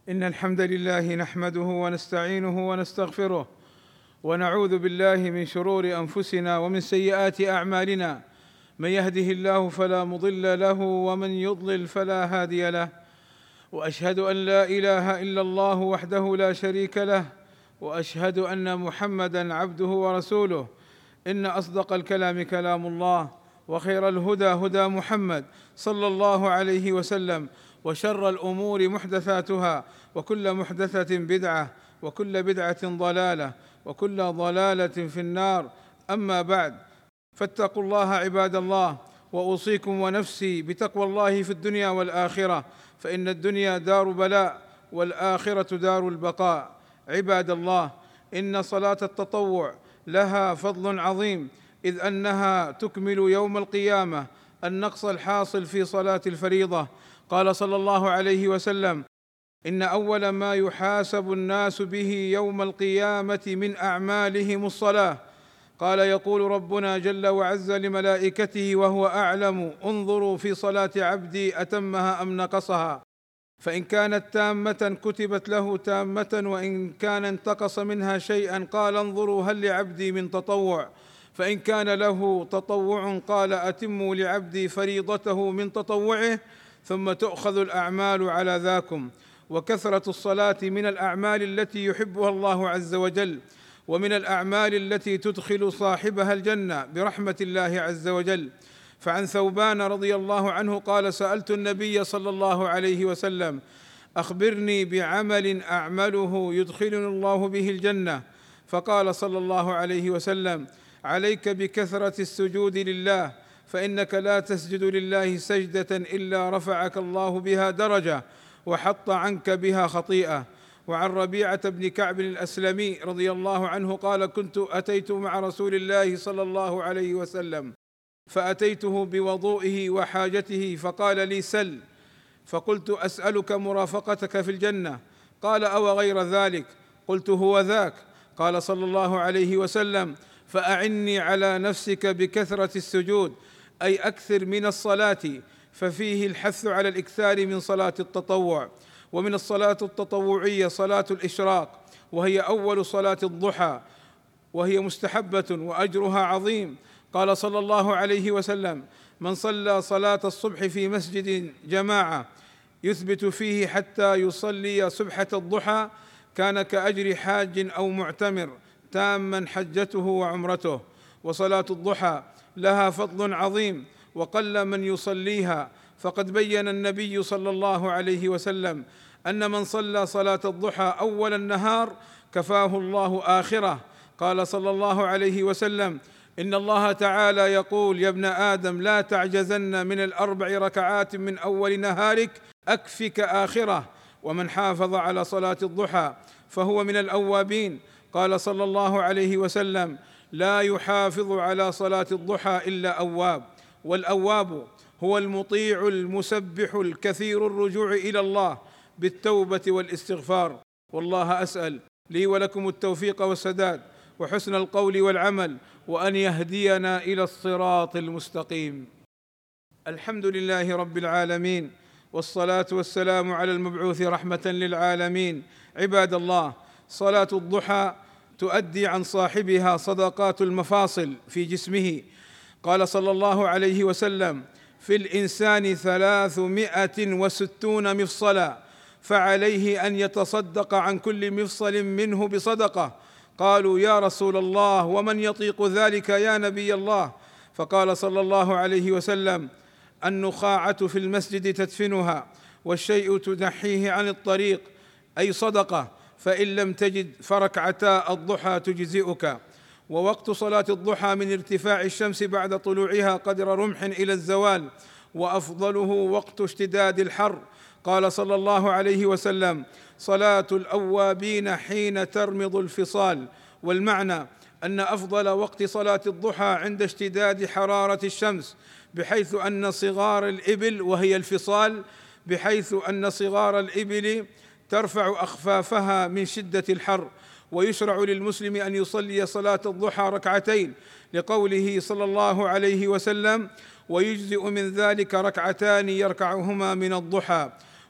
إن الحمد لله نحمده ونستعينه ونستغفره ونعوذ بالله من شرور أنفسنا ومن سيئات أعمالنا. من يهده الله فلا مضل له ومن يضلل فلا هادي له، وأشهد أن لا إله إلا الله وحده لا شريك له، وأشهد أن محمدًا عبده ورسوله. إن أصدق الكلام كلام الله، وخير الهدى هدى محمد صلى الله عليه وسلم، وشر الأمور محدثاتها، وكل محدثة بدعة، وكل بدعة ضلالة، وكل ضلالة في النار. أما بعد، فاتقوا الله عباد الله، وأوصيكم ونفسي بتقوى الله في الدنيا والآخرة، فإن الدنيا دار بلاء والآخرة دار البقاء. عباد الله، إن صلاة التطوع لها فضل عظيم، إذ أنها تكمل يوم القيامة النقص الحاصل في صلاة الفريضة. قال صلى الله عليه وسلم: إن أول ما يحاسب الناس به يوم القيامة من أعمالهم الصلاة. قال: يقول ربنا جل وعز لملائكته وهو أعلم: انظروا في صلاة عبدي أتمها أم نقصها، فإن كانت تامة كتبت له تامة، وإن كان انتقص منها شيئا قال: انظروا هل لعبدي من تطوع، فإن كان له تطوع قال: أتموا لعبدي فريضته من تطوعه، ثم تؤخذ الأعمال على ذاكم. وكثرة الصلاة من الأعمال التي يحبها الله عز وجل، ومن الأعمال التي تدخل صاحبها الجنة برحمة الله عز وجل. فعن ثوبان رضي الله عنه قال: سألت النبي صلى الله عليه وسلم: أخبرني بعمل أعمله يدخلني الله به الجنة. فقال صلى الله عليه وسلم: عليك بكثرة السجود لله، فإنك لا تسجد لله سجدة إلا رفعك الله بها درجة وحط عنك بها خطيئة. وعن ربيعة بن كعب الأسلمي رضي الله عنه قال: كنت أتيت مع رسول الله صلى الله عليه وسلم، فأتيته بوضوئه وحاجته، فقال لي: سل. فقلت: أسألك مرافقتك في الجنة. قال: أو غير ذلك؟ قلت: هو ذاك. قال صلى الله عليه وسلم: فأعني على نفسك بكثرة السجود، أي أكثر من الصلاة، ففيه الحث على الإكثار من صلاة التطوع. ومن الصلاة التطوعية صلاة الإشراق، وهي أول صلاة الضحى، وهي مستحبة وأجرها عظيم. قال صلى الله عليه وسلم: من صلى صلاة الصبح في مسجد جماعة يثبت فيه حتى يصلي سبحة الضحى كان كأجر حاج أو معتمر تاما حجته وعمرته. وصلاة الضحى لها فضل عظيم، وقل من يصليها، فقد بين النبي صلى الله عليه وسلم أن من صلى صلاة الضحى أول النهار كفاه الله آخره. قال صلى الله عليه وسلم: إن الله تعالى يقول: يا ابن آدم لا تعجزن من الأربع ركعات من أول نهارك أكفك آخره. ومن حافظ على صلاة الضحى فهو من الأوابين. قال صلى الله عليه وسلم: لا يحافظ على صلاة الضحى إلا أواب. والأواب هو المطيع المسبح الكثير الرجوع إلى الله بالتوبة والاستغفار. والله أسأل لي ولكم التوفيق والسداد وحسن القول والعمل، وأن يهدينا إلى الصراط المستقيم. الحمد لله رب العالمين، والصلاة والسلام على المبعوث رحمة للعالمين. عباد الله، صلاة الضحى تؤدي عن صاحبها صدقات المفاصل في جسمه. قال صلى الله عليه وسلم: في الإنسان 360 مفصلا، فعليه أن يتصدق عن كل مفصل منه بصدقة. قالوا: يا رسول الله، ومن يطيق ذلك يا نبي الله؟ فقال صلى الله عليه وسلم: النخاعة في المسجد تدفنها، والشيء تنحيه عن الطريق، أي صدقة، فإن لم تجد فركعتا الضحى تجزئك. ووقت صلاة الضحى من ارتفاع الشمس بعد طلوعها قدر رمح إلى الزوال، وأفضله وقت اشتداد الحر. قال صلى الله عليه وسلم: صلاة الأوابين حين ترمض الفصال. والمعنى أن أفضل وقت صلاة الضحى عند اشتداد حرارة الشمس، بحيث أن صغار الإبل، وهي الفصال، بحيث أن صغار الإبل ترفع أخفافها من شدة الحر. ويشرع للمسلم أن يصلي صلاة الضحى ركعتين، لقوله صلى الله عليه وسلم: ويجزئ من ذلك ركعتان يركعهما من الضحى.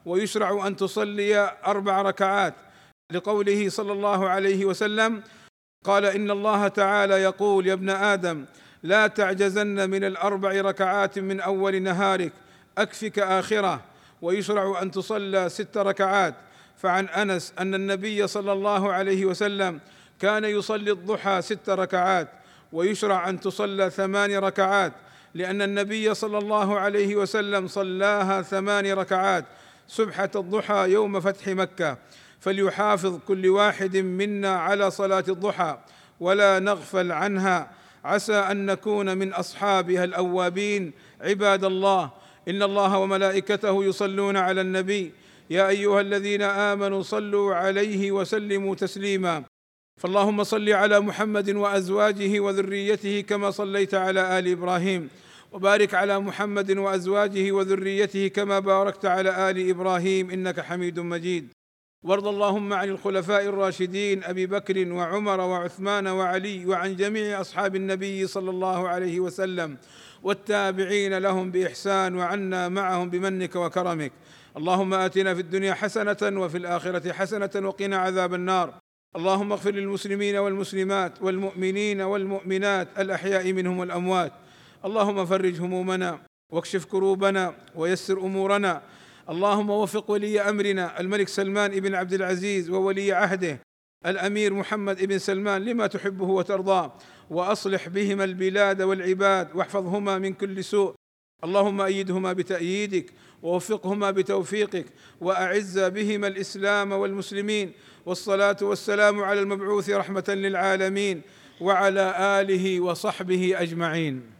ويشرع أن تصلي 4 ركعات، لقوله صلى الله عليه وسلم قال: إن الله تعالى يقول: يا ابن آدم لا تعجزن من 4 ركعات من أول نهارك أكفك آخرة. ويشرع أن تصلى 6 ركعات. فعن أنس أن النبي صلى الله عليه وسلم كان يصلي الضحى 6 ركعات، ويشرع أن تصلى 8 ركعات، لأن النبي صلى الله عليه وسلم صلاها 8 ركعات سبحة الضحى يوم فتح مكة. فليحافظ كل واحد منا على صلاة الضحى ولا نغفل عنها، عسى أن نكون من أصحابها الأوابين. عباد الله، إن الله وملائكته يصلون على النبي، يا أيها الذين آمنوا صلوا عليه وسلموا تسليما. فاللهم صل على محمد وأزواجه وذريته كما صليت على آل إبراهيم، وبارك على محمد وأزواجه وذريته كما باركت على آل إبراهيم إنك حميد مجيد. وارض اللهم عن الخلفاء الراشدين أبي بكر وعمر وعثمان وعلي، وعن جميع أصحاب النبي صلى الله عليه وسلم والتابعين لهم بإحسان، وعنا معهم بمنك وكرمك. اللهم آتنا في الدنيا حسنة وفي الآخرة حسنة وقنا عذاب النار. اللهم اغفر للمسلمين والمسلمات والمؤمنين والمؤمنات الأحياء منهم والأموات. اللهم فرج همومنا واكشف كروبنا ويسر أمورنا. اللهم وفق ولي أمرنا الملك سلمان بن عبد العزيز وولي عهده الأمير محمد بن سلمان لما تحبه وترضاه، وأصلح بهما البلاد والعباد، واحفظهما من كل سوء. اللهم أيدهما بتأييدك، ووفقهما بتوفيقك، وأعز بهما الإسلام والمسلمين. والصلاة والسلام على المبعوث رحمة للعالمين وعلى آله وصحبه أجمعين.